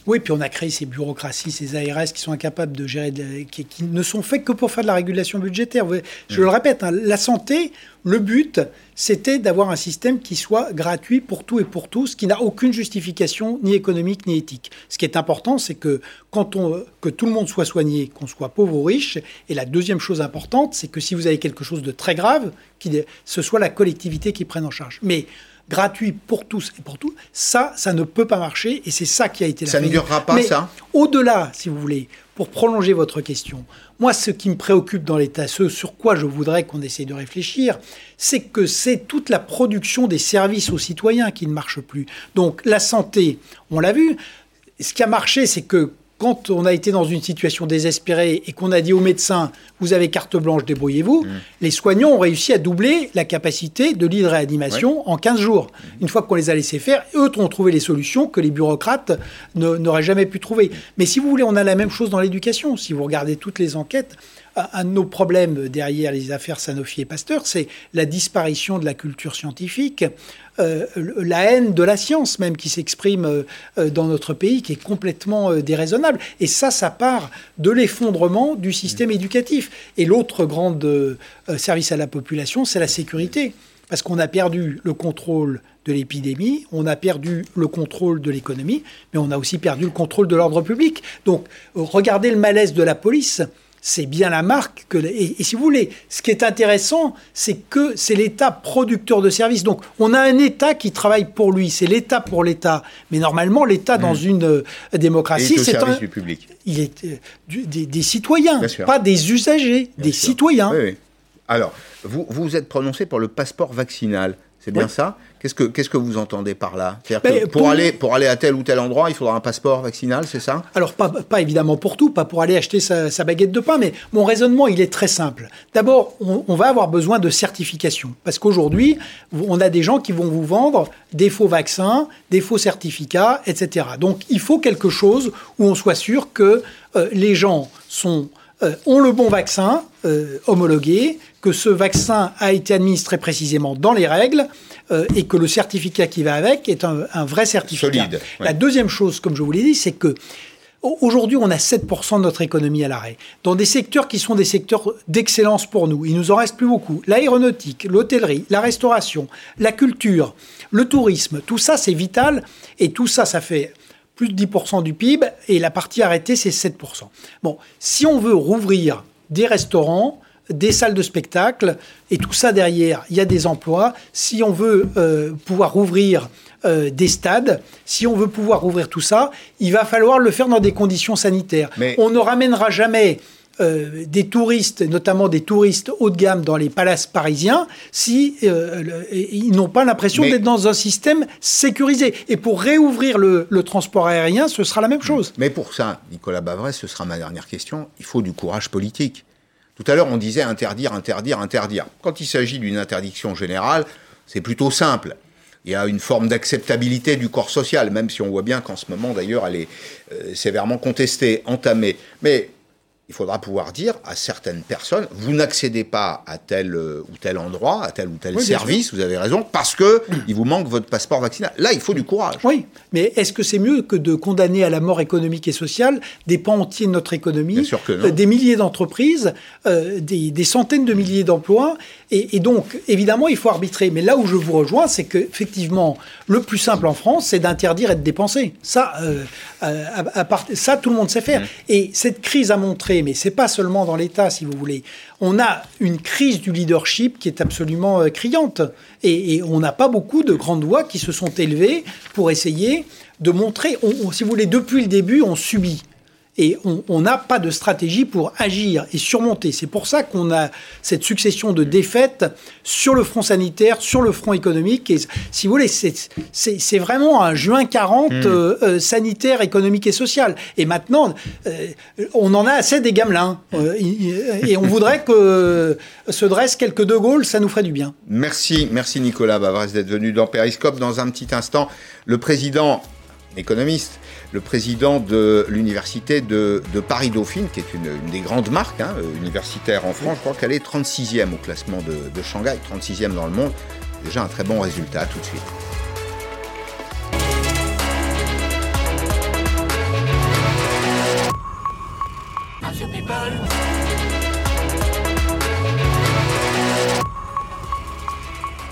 Oui, puis on a créé ces bureaucraties, ces A R S qui sont incapables de gérer, de, qui, qui ne sont faits que pour faire de la régulation budgétaire. Je mmh. le répète, hein, la santé, le but, c'était d'avoir un système qui soit gratuit pour tout et pour tous, qui n'a aucune justification ni économique ni éthique. Ce qui est important, c'est que, quand on, que tout le monde soit soigné, qu'on soit pauvre ou riche. Et la deuxième chose importante, c'est que si vous avez quelque chose de très grave, qu'il, ce soit la collectivité qui prenne en charge. Mais gratuit pour tous et pour tout, ça, ça ne peut pas marcher, et c'est ça qui a été la Ça ne durera pas, Mais ça au-delà, si vous voulez, pour prolonger votre question, moi, ce qui me préoccupe dans l'État, ce sur quoi je voudrais qu'on essaye de réfléchir, c'est que c'est toute la production des services aux citoyens qui ne marche plus. Donc, la santé, on l'a vu, ce qui a marché, c'est que quand on a été dans une situation désespérée et qu'on a dit aux médecins « vous avez carte blanche, débrouillez-vous mmh. », les soignants ont réussi à doubler la capacité de lits de réanimation ouais. en quinze jours. Mmh. Une fois qu'on les a laissés faire, eux ont trouvé les solutions que les bureaucrates ne, n'auraient jamais pu trouver. Mmh. Mais si vous voulez, on a la même chose dans l'éducation. Si vous regardez toutes les enquêtes, un de nos problèmes derrière les affaires Sanofi et Pasteur, c'est la disparition de la culture scientifique, euh, la haine de la science même qui s'exprime euh, dans notre pays, qui est complètement euh, déraisonnable. Et ça, ça part de l'effondrement du système mmh. éducatif. Et l'autre grand euh, service à la population, c'est la sécurité. Parce qu'on a perdu le contrôle de l'épidémie, on a perdu le contrôle de l'économie, mais on a aussi perdu le contrôle de l'ordre public. Donc, regardez le malaise de la police. C'est bien la marque que... Et, et si vous voulez, ce qui est intéressant, c'est que c'est l'État producteur de services. Donc, on a un État qui travaille pour lui. C'est l'État pour l'État. Mais normalement, l'État, mmh. dans une euh, démocratie, c'est un... du public. Il est euh, du, des, des citoyens, pas des usagers, bien des sûr. Citoyens. Oui, oui. Alors, vous vous êtes prononcé pour le passeport vaccinal. C'est bien oui. ça ? Qu'est-ce que, qu'est-ce que vous entendez par là ? C'est-à-dire que pour, pour, aller, pour aller à tel ou tel endroit, il faudra un passeport vaccinal, c'est ça ? Alors, pas, pas évidemment pour tout, pas pour aller acheter sa, sa baguette de pain, mais mon raisonnement, il est très simple. D'abord, on, on va avoir besoin de certification. Parce qu'aujourd'hui, on a des gens qui vont vous vendre des faux vaccins, des faux certificats, et cetera. Donc, il faut quelque chose où on soit sûr que euh, les gens sont... Euh, ont le bon vaccin euh, homologué, que ce vaccin a été administré précisément dans les règles euh, et que le certificat qui va avec est un, un vrai certificat. Solide. Ouais. La deuxième chose, comme je vous l'ai dit, c'est que aujourd'hui, on a sept pour cent de notre économie à l'arrêt. Dans des secteurs qui sont des secteurs d'excellence pour nous, il nous en reste plus beaucoup. L'aéronautique, l'hôtellerie, la restauration, la culture, le tourisme, tout ça, c'est vital. Et tout ça, ça fait... plus de dix pour cent du P I B, et la partie arrêtée, c'est sept pour cent. Bon, si on veut rouvrir des restaurants, des salles de spectacle, et tout ça derrière, il y a des emplois. Si on veut euh, pouvoir rouvrir euh, des stades, si on veut pouvoir rouvrir tout ça, il va falloir le faire dans des conditions sanitaires. Mais... on ne ramènera jamais... Euh, des touristes, notamment des touristes haut de gamme dans les palaces parisiens, si euh, le, ils n'ont pas l'impression mais, d'être dans un système sécurisé. Et pour réouvrir le, le transport aérien, ce sera la même chose. Mais pour ça, Nicolas Bavrez, ce sera ma dernière question, il faut du courage politique. Tout à l'heure, on disait interdire, interdire, interdire. Quand il s'agit d'une interdiction générale, c'est plutôt simple. Il y a une forme d'acceptabilité du corps social, même si on voit bien qu'en ce moment, d'ailleurs, elle est euh, sévèrement contestée, entamée. Mais il faudra pouvoir dire à certaines personnes, vous n'accédez pas à tel ou tel endroit, à tel ou tel oui, service, vous avez raison, parce qu'il mmh. vous manque votre passeport vaccinal. Là, il faut du courage. Oui, mais est-ce que c'est mieux que de condamner à la mort économique et sociale des pans entiers de notre économie, Bien sûr que non. euh, des milliers d'entreprises, euh, des, des centaines de milliers d'emplois et, et donc, évidemment, il faut arbitrer. Mais là où je vous rejoins, c'est qu'effectivement, le plus simple en France, c'est d'interdire et de dépenser. Ça, euh, à, à part, ça tout le monde sait faire. Mmh. Et cette crise a montré, mais ce n'est pas seulement dans l'État, si vous voulez. On a une crise du leadership qui est absolument euh, criante. Et, et on n'a pas beaucoup de grandes voix qui se sont élevées pour essayer de montrer... On, on, si vous voulez, depuis le début, on subit. Et on n'a pas de stratégie pour agir et surmonter. C'est pour ça qu'on a cette succession de défaites sur le front sanitaire, sur le front économique. Et si vous voulez, c'est, c'est, c'est vraiment un juin quarante mmh. euh, euh, sanitaire, économique et social. Et maintenant, euh, on en a assez des gamelins. Euh, et on voudrait que se dressent quelques De Gaulle, ça nous ferait du bien. Merci, merci Nicolas Bavrez d'être venu dans Périscope. Dans un petit instant, le président économiste, le président de l'université de, de Paris-Dauphine, qui est une, une des grandes marques hein, universitaires en France. Je crois qu'elle est trente-sixième au classement de, de Shanghai, trente-sixième dans le monde. Déjà un très bon résultat, tout de suite.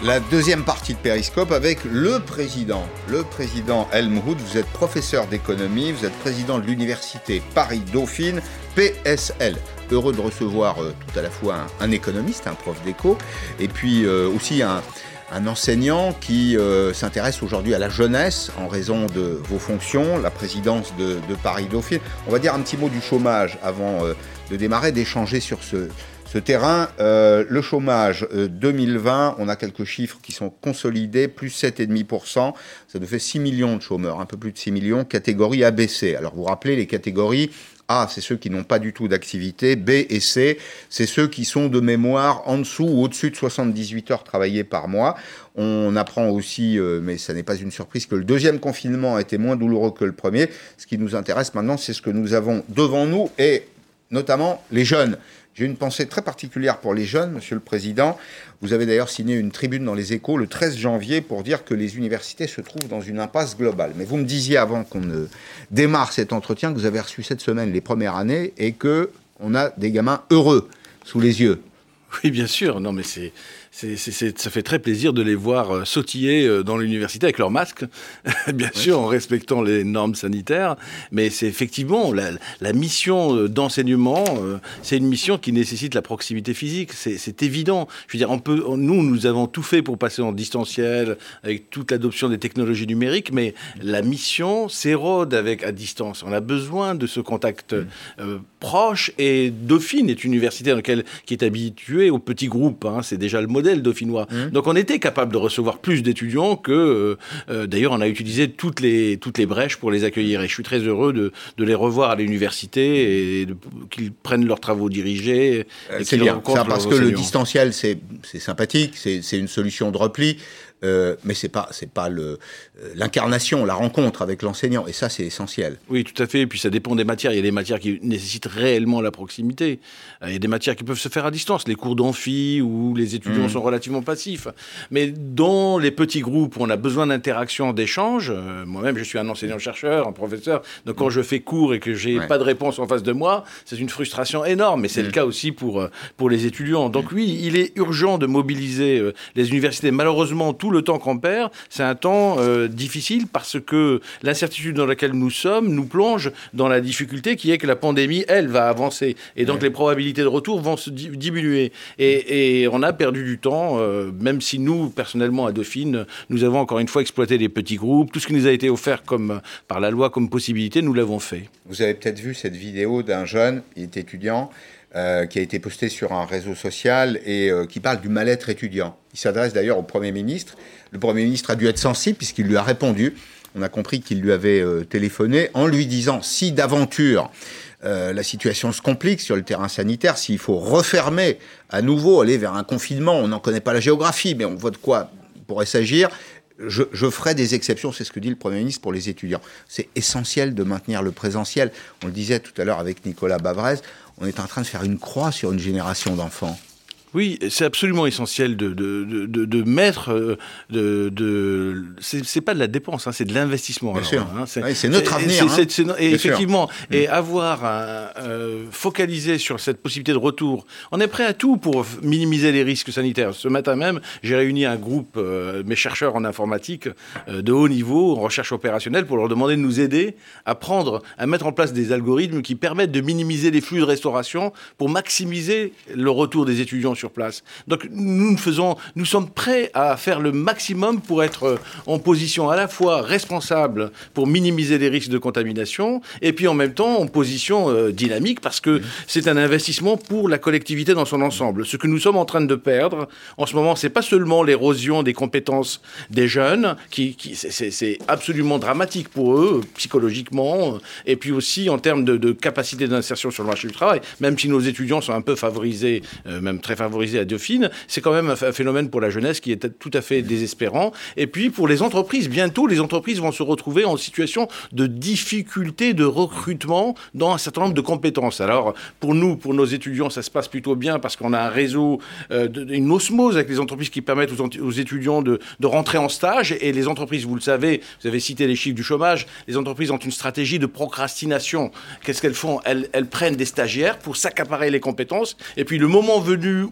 La deuxième partie de Périscope avec le président. Le président Helmut, vous êtes professeur d'économie, vous êtes président de l'université Paris-Dauphine, P S L. Heureux de recevoir euh, tout à la fois un, un économiste, un prof d'éco, et puis euh, aussi un, un enseignant qui euh, s'intéresse aujourd'hui à la jeunesse en raison de vos fonctions, la présidence de, de Paris-Dauphine. On va dire un petit mot du chômage avant euh, de démarrer, d'échanger sur ce... Ce terrain, euh, le chômage euh, deux mille vingt, on a quelques chiffres qui sont consolidés, plus sept virgule cinq pour cent, ça nous fait six millions de chômeurs, un peu plus de six millions, catégorie A B C. Alors vous vous rappelez, les catégories A, c'est ceux qui n'ont pas du tout d'activité, B et C, c'est ceux qui sont de mémoire en dessous ou au-dessus de soixante-dix-huit heures travaillées par mois. On apprend aussi, euh, mais ça n'est pas une surprise, que le deuxième confinement a été moins douloureux que le premier. Ce qui nous intéresse maintenant, c'est ce que nous avons devant nous et notamment les jeunes. J'ai une pensée très particulière pour les jeunes, Monsieur le Président. Vous avez d'ailleurs signé une tribune dans les Échos le treize janvier pour dire que les universités se trouvent dans une impasse globale. Mais vous me disiez avant qu'on ne démarre cet entretien que vous avez reçu cette semaine les premières années et qu'on a des gamins heureux sous les yeux. Oui, bien sûr. Non, mais c'est... C'est, c'est, c'est, ça fait très plaisir de les voir euh, sautiller euh, dans l'université avec leur masque, bien oui. sûr, en respectant les normes sanitaires. Mais c'est effectivement la, la mission euh, d'enseignement, euh, c'est une mission qui nécessite la proximité physique. C'est, c'est évident. Je veux dire, on peut, nous, nous avons tout fait pour passer en distanciel avec toute l'adoption des technologies numériques, mais la mission s'érode avec à distance. On a besoin de ce contact euh, proche. Et Dauphine est une université dans laquelle, qui est habituée aux petits groupes. Hein, c'est déjà le modèle dauphinois. Mmh. Donc on était capable de recevoir plus d'étudiants que, euh, d'ailleurs, on a utilisé toutes les, toutes les brèches pour les accueillir. Et je suis très heureux de, de les revoir à l'université et de, qu'ils prennent leurs travaux dirigés. Euh, c'est bien, ça, parce que le distanciel, c'est, c'est sympathique, c'est, c'est une solution de repli. Euh, mais c'est pas c'est pas le euh, l'incarnation, la rencontre avec l'enseignant, et ça c'est essentiel. Oui, tout à fait. Et puis ça dépend des matières. Il y a des matières qui nécessitent réellement la proximité. Il y a des matières qui peuvent se faire à distance, les cours d'amphi où les étudiants mmh. sont relativement passifs. Mais dans les petits groupes où on a besoin d'interaction, d'échange, euh, moi-même je suis un enseignant-chercheur, un professeur, donc quand mmh. je fais cours et que j'ai ouais. pas de réponse en face de moi, c'est une frustration énorme. Mais c'est mmh. le cas aussi pour pour les étudiants. Donc mmh. oui, il est urgent de mobiliser euh, les universités. Malheureusement, tout le temps qu'on perd, c'est un temps euh, difficile parce que l'incertitude dans laquelle nous sommes nous plonge dans la difficulté qui est que la pandémie, elle, va avancer. Et donc, ouais. les probabilités de retour vont se di- diminuer. Et, et on a perdu du temps, euh, même si nous, personnellement, à Dauphine, nous avons encore une fois exploité les petits groupes. Tout ce qui nous a été offert comme, par la loi comme possibilité, nous l'avons fait. Vous avez peut-être vu cette vidéo d'un jeune, il est étudiant, Euh, qui a été posté sur un réseau social et euh, qui parle du mal-être étudiant. Il s'adresse d'ailleurs au Premier ministre. Le Premier ministre a dû être sensible puisqu'il lui a répondu. On a compris qu'il lui avait euh, téléphoné en lui disant si d'aventure euh, la situation se complique sur le terrain sanitaire, s'il faut refermer à nouveau, aller vers un confinement, on n'en connaît pas la géographie, mais on voit de quoi il pourrait s'agir. Je, je ferai des exceptions, c'est ce que dit le Premier ministre pour les étudiants. C'est essentiel de maintenir le présentiel. On le disait tout à l'heure avec Nicolas Bavrez, on est en train de faire une croix sur une génération d'enfants. Oui, c'est absolument essentiel de, de, de, de mettre... De, de, c'est, c'est pas de la dépense, hein, c'est de l'investissement. Bien alors, sûr. Hein, c'est, oui, c'est notre c'est, avenir. C'est, c'est, hein. c'est, et effectivement, sûr. Et avoir un, euh, focalisé sur cette possibilité de retour. On est prêt à tout pour minimiser les risques sanitaires. Ce matin même, j'ai réuni un groupe, euh, mes chercheurs en informatique euh, de haut niveau, en recherche opérationnelle, pour leur demander de nous aider à prendre, à mettre en place des algorithmes qui permettent de minimiser les flux de restauration pour maximiser le retour des étudiants sur place. Donc nous, faisons, nous sommes prêts à faire le maximum pour être en position à la fois responsable pour minimiser les risques de contamination et puis en même temps en position euh, dynamique parce que c'est un investissement pour la collectivité dans son ensemble. Ce que nous sommes en train de perdre en ce moment, c'est pas seulement l'érosion des compétences des jeunes, qui, qui c'est, c'est, c'est absolument dramatique pour eux psychologiquement et puis aussi en termes de, de capacité d'insertion sur le marché du travail. Même si nos étudiants sont un peu favorisés, euh, même très favorisés à Dauphine, c'est quand même un phénomène pour la jeunesse qui est tout à fait désespérant. Et puis pour les entreprises, bientôt les entreprises vont se retrouver en situation de difficulté de recrutement dans un certain nombre de compétences. Alors pour nous, pour nos étudiants, ça se passe plutôt bien parce qu'on a un réseau, euh, de, une osmose avec les entreprises qui permettent aux, aux étudiants de, de rentrer en stage. Et les entreprises, vous le savez, vous avez cité les chiffres du chômage, les entreprises ont une stratégie de procrastination. Qu'est-ce qu'elles font ? elles, elles prennent des stagiaires pour s'accaparer les compétences. Et puis le moment venu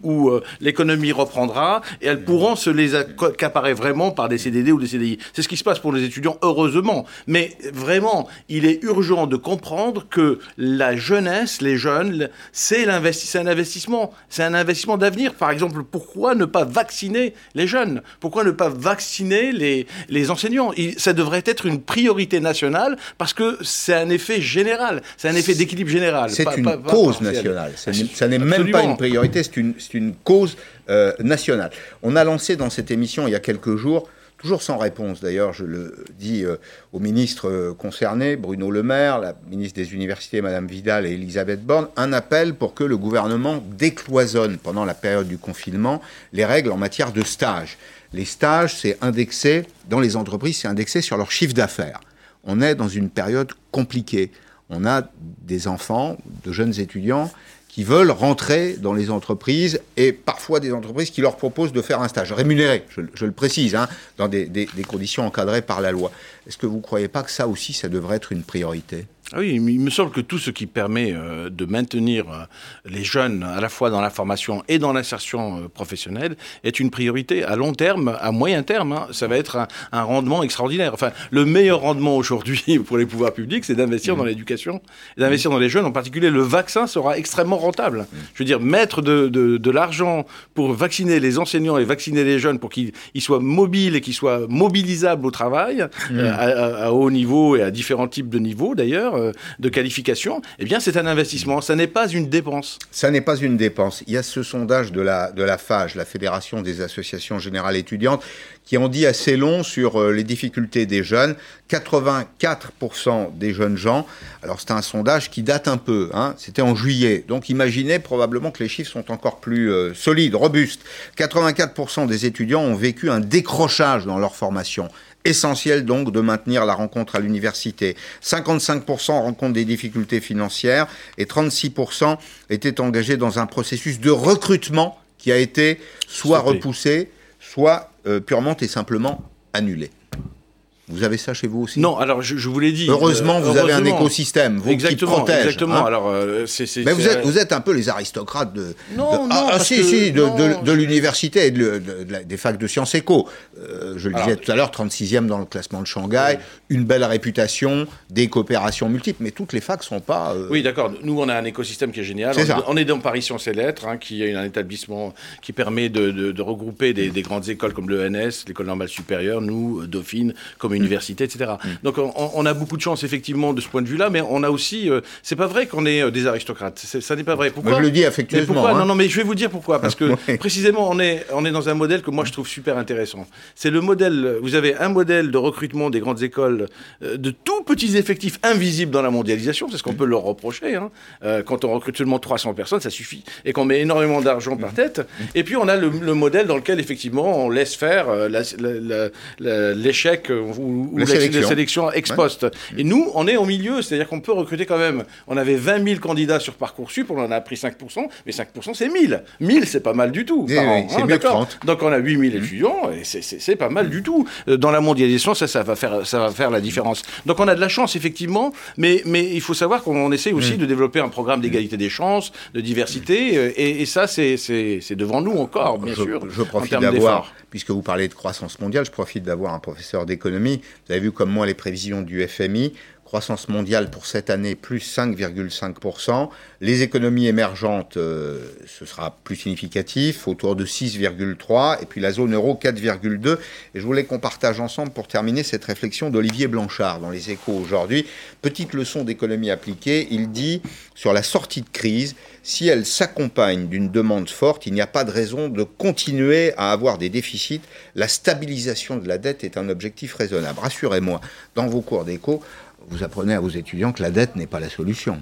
où euh, l'économie reprendra et elles pourront se les accaparer vraiment par des C D D ou des C D I. C'est ce qui se passe pour les étudiants, heureusement. Mais vraiment, il est urgent de comprendre que la jeunesse, les jeunes, c'est, l'investi- c'est un investissement. C'est un investissement d'avenir. Par exemple, pourquoi ne pas vacciner les jeunes ? Pourquoi ne pas vacciner les, les enseignants ? Il, ça devrait être une priorité nationale parce que c'est un effet général. C'est un effet d'équilibre général. C'est pas, une pas, pas cause nationale. Ça, ça n'est Absolument. même pas une priorité, c'est une, c'est une cause euh, nationale. On a lancé dans cette émission il y a quelques jours, toujours sans réponse d'ailleurs, je le dis euh, aux ministres euh, concernés, Bruno Le Maire, la ministre des Universités, Madame Vidal et Elisabeth Borne, un appel pour que le gouvernement décloisonne pendant la période du confinement les règles en matière de stage. Les stages, c'est indexé, dans les entreprises, c'est indexé sur leur chiffre d'affaires. On est dans une période compliquée. On a des enfants, de jeunes étudiants qui veulent rentrer dans les entreprises et parfois des entreprises qui leur proposent de faire un stage rémunéré, je, je le précise, hein, dans des, des, des conditions encadrées par la loi. Est-ce que vous ne croyez pas que ça aussi, ça devrait être une priorité ? Ah oui, il me semble que tout ce qui permet euh, de maintenir euh, les jeunes à la fois dans la formation et dans l'insertion euh, professionnelle est une priorité. À long terme, à moyen terme, hein, ça va être un, un rendement extraordinaire. Enfin, le meilleur rendement aujourd'hui pour les pouvoirs publics, c'est d'investir mmh. dans l'éducation, et d'investir mmh. dans les jeunes. En particulier, le vaccin sera extrêmement rentable. Mmh. Je veux dire, mettre de, de, de l'argent pour vacciner les enseignants et vacciner les jeunes pour qu'ils ils soient mobiles et qu'ils soient mobilisables au travail, mmh. euh, à, à haut niveau et à différents types de niveaux d'ailleurs, de qualification, eh bien c'est un investissement, ça n'est pas une dépense. Ça n'est pas une dépense. Il y a ce sondage de la, de la FAGE, la Fédération des associations générales étudiantes, qui en dit assez long sur euh, les difficultés des jeunes. quatre-vingt-quatre pour cent des jeunes gens, alors c'est un sondage qui date un peu, hein, c'était en juillet, donc imaginez probablement que les chiffres sont encore plus euh, solides, robustes. quatre-vingt-quatre pour cent des étudiants ont vécu un décrochage dans leur formation. Essentiel donc de maintenir la rencontre à l'université. cinquante-cinq pour cent rencontrent des difficultés financières et trente-six pour cent étaient engagés dans un processus de recrutement qui a été soit repoussé, soit euh, purement et simplement annulé. Vous avez ça chez vous aussi ? Non, alors je, je vous l'ai dit. Heureusement, euh, vous heureusement. avez un écosystème, vous exactement, qui protège. Exactement. Hein. Alors, euh, c'est, c'est, Mais vous c'est... êtes, vous êtes un peu les aristocrates de, non, de, non, ah, si, que, si, de, non, de, de je... l'université et de, de, de, de, des facs de sciences éco. Euh, je le alors, disais tout à l'heure, trente-sixième dans le classement de Shanghai, oui. une belle réputation, des coopérations multiples, mais toutes les facs ne sont pas... Euh... Oui, d'accord. Nous, on a un écosystème qui est génial. C'est on, on est dans Paris Sciences et Lettres, hein, qui est un établissement qui permet de, de, de regrouper des, des grandes écoles comme l'E N S, l'École normale supérieure, nous, Dauphine, comme université, et cetera. Mm. Donc, on, on a beaucoup de chance, effectivement, de ce point de vue-là, mais on a aussi... Euh, c'est pas vrai qu'on est euh, des aristocrates. C'est, ça n'est pas vrai. Pourquoi ? Moi, je le dis affectueusement. Pourquoi ? Hein. Non, non, mais je vais vous dire pourquoi. Parce que, oui. précisément, on est, on est dans un modèle que moi, je trouve super intéressant. C'est le modèle... Vous avez un modèle de recrutement des grandes écoles euh, de tout petits effectifs invisibles dans la mondialisation. C'est ce qu'on peut leur reprocher. Hein. Euh, quand on recrute seulement trois cents personnes, ça suffit. Et qu'on met énormément d'argent par tête. Et puis, on a le, le modèle dans lequel, effectivement, on laisse faire euh, la, la, la, l'échec euh, ou, ou la, sélection. la sélection ex post. Ouais. Et nous, on est au milieu, c'est-à-dire qu'on peut recruter quand même. On avait vingt mille candidats sur Parcoursup, on en a pris cinq pour cent, mais cinq pour cent c'est mille. mille, c'est pas mal du tout oui, par oui, an. C'est hein, mieux que trente. Donc on a huit mille mmh. étudiants, et c'est, c'est, c'est pas mal du tout. Dans la mondialisation, ça, ça, va faire, ça va faire la différence. Donc on a de la chance, effectivement, mais, mais il faut savoir qu'on essaie aussi mmh. de développer un programme d'égalité des chances, de diversité, et, et ça, c'est, c'est, c'est devant nous encore, bien je, sûr. Je profite d'avoir, d'efforts. Puisque vous parlez de croissance mondiale, je profite d'avoir un professeur d'économie. Vous avez vu comme moi les prévisions du F M I. Croissance mondiale pour cette année, plus cinq virgule cinq pour cent. Les économies émergentes, euh, ce sera plus significatif, autour de six virgule trois. Et puis la zone euro, quatre virgule deux. Et je voulais qu'on partage ensemble, pour terminer, cette réflexion d'Olivier Blanchard dans Les Échos aujourd'hui. Petite leçon d'économie appliquée. Il dit, sur la sortie de crise, si elle s'accompagne d'une demande forte, il n'y a pas de raison de continuer à avoir des déficits. La stabilisation de la dette est un objectif raisonnable. Rassurez-moi, dans vos cours d'éco, vous apprenez à vos étudiants que la dette n'est pas la solution.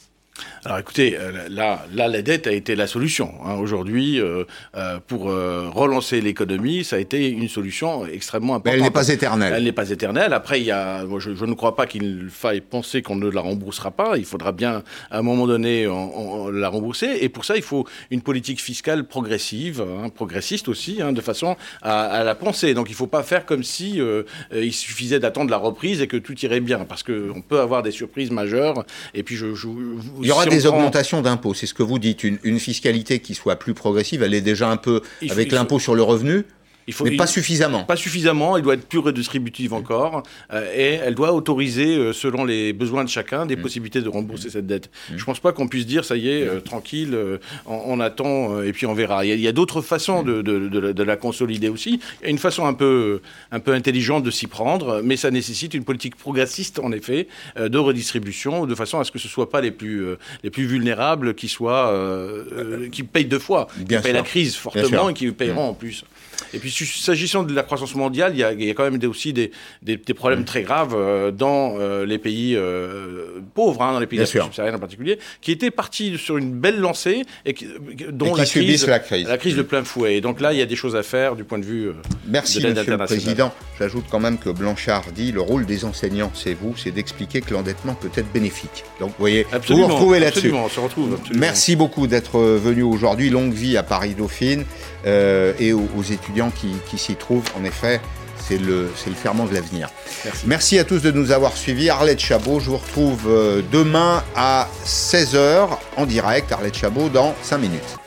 Alors écoutez, là, là, la dette a été la solution. Hein. Aujourd'hui, euh, euh, pour euh, relancer l'économie, ça a été une solution extrêmement importante. Mais elle n'est pas éternelle. Elle n'est pas éternelle. Après, il y a, moi, je, je ne crois pas qu'il faille penser qu'on ne la remboursera pas. Il faudra bien, à un moment donné, on, on la rembourser. Et pour ça, il faut une politique fiscale progressive, hein, progressiste aussi, hein, de façon à, à la penser. Donc il ne faut pas faire comme si euh, il suffisait d'attendre la reprise et que tout irait bien. Parce qu'on peut avoir des surprises majeures. Et puis, je... je il y aura si des prend... augmentations d'impôts, c'est ce que vous dites. Une, une fiscalité qui soit plus progressive, elle est déjà un peu il avec faut, l'impôt faut... sur le revenu. Il faut, mais il, pas suffisamment. Pas suffisamment, elle doit être plus redistributive encore, euh, et elle doit autoriser, euh, selon les besoins de chacun, des mmh. possibilités de rembourser mmh. cette dette. Mmh. Je ne pense pas qu'on puisse dire, ça y est, euh, tranquille, euh, on, on attend, euh, et puis on verra. Il y a, il y a d'autres façons mmh. de, de, de, de la consolider aussi. Il y a une façon un peu, un peu intelligente de s'y prendre, mais ça nécessite une politique progressiste, en effet, euh, de redistribution, de façon à ce que ce ne soient pas les plus, euh, les plus vulnérables qui, soient, euh, euh, qui payent deux fois, Bien qui payent sûr. la crise fortement et qui payeront mmh. en plus. Et puis, s'agissant de la croissance mondiale, il y a, il y a quand même des, aussi des, des, des problèmes mmh. très graves euh, dans euh, les pays euh, pauvres, hein, dans les pays d'Afrique subsaharienne en particulier, qui étaient partis sur une belle lancée et qui, dont et qui la, crise, la crise, la crise mmh. de plein fouet. Et donc là, il y a des choses à faire du point de vue euh, Merci, de l'aide Monsieur internationale. le Président. J'ajoute quand même que Blanchard dit le rôle des enseignants, c'est vous, c'est d'expliquer que l'endettement peut être bénéfique. Donc, vous voyez, absolument, vous vous retrouvez là-dessus. Absolument, on se retrouve. Absolument. Merci beaucoup d'être venu aujourd'hui. Longue vie à Paris-Dauphine euh, et aux, aux étudiants qui, qui s'y trouvent. En effet, c'est le, c'est le ferment de l'avenir. Merci. Merci à tous de nous avoir suivis. Arlette Chabot, je vous retrouve demain à seize heures en direct. Arlette Chabot dans cinq minutes.